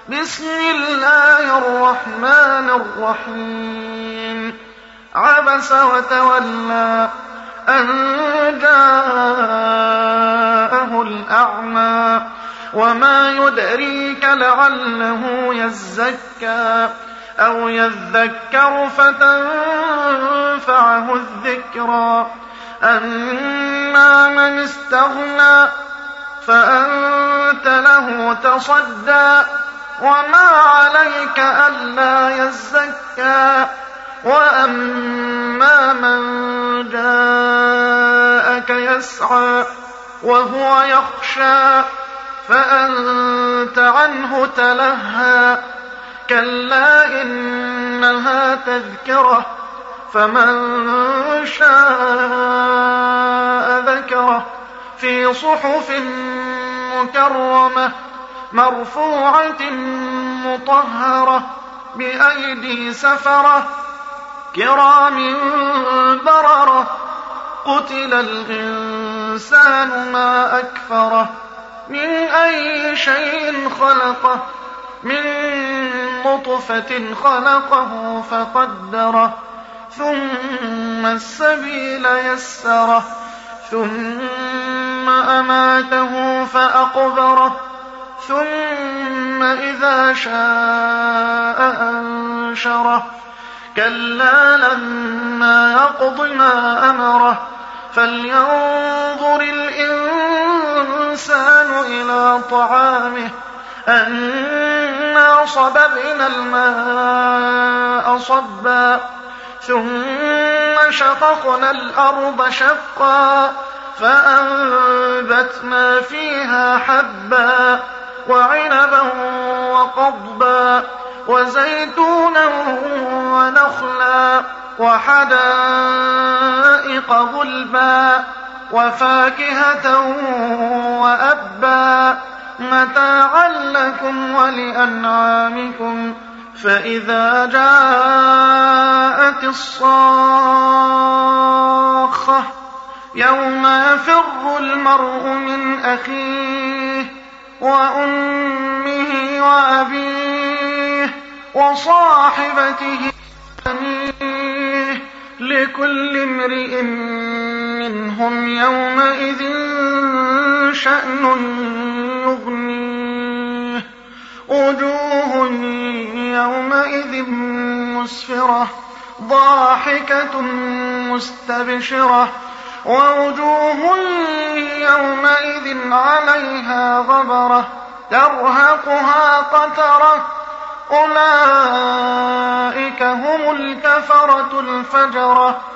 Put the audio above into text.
بسم الله الرحمن الرحيم. عبس وتولى أن جاءه الأعمى وما يدريك لعله يزكى أو يذكر فتنفعه الذكرى. أما من استغنى فأنت له تصدى وما عليك ألا يزكى. وأما من جاءك يسعى وهو يخشى فأنت عنه تلهى. كلا إنها تذكرة فمن شاء ذكره في صحف مكرمة مرفوعة مطهرة بأيدي سفرة كرام بررة. قتل الإنسان ما أكفره من أي شيء خلقه من نطفة خلقه فقدره ثم السبيل يسره ثم أماته فأقبره ثم إذا شاء أنشره. كلا لما يقض ما أمره فلينظر الإنسان إلى طعامه أنا صببنا الماء صبا ثم شققنا الأرض شقا فأنبتنا فيها حبا وعنبا وقضبا وزيتونا ونخلا وحدائق غلبا وفاكهة وأبا متاعا لكم ولأنعامكم. فإذا جاءت الصاخة يوم يفر المرء من أخيه وأمه وأبيه وصاحبته وبنيه لكل امرئ منهم يومئذ شأن يغنيه. وجوه يومئذ مسفرة ضاحكة مستبشرة ووجوه يومئذ عليها غبرة ترهقها قترة. أولئك هم الكفرة الفجرة.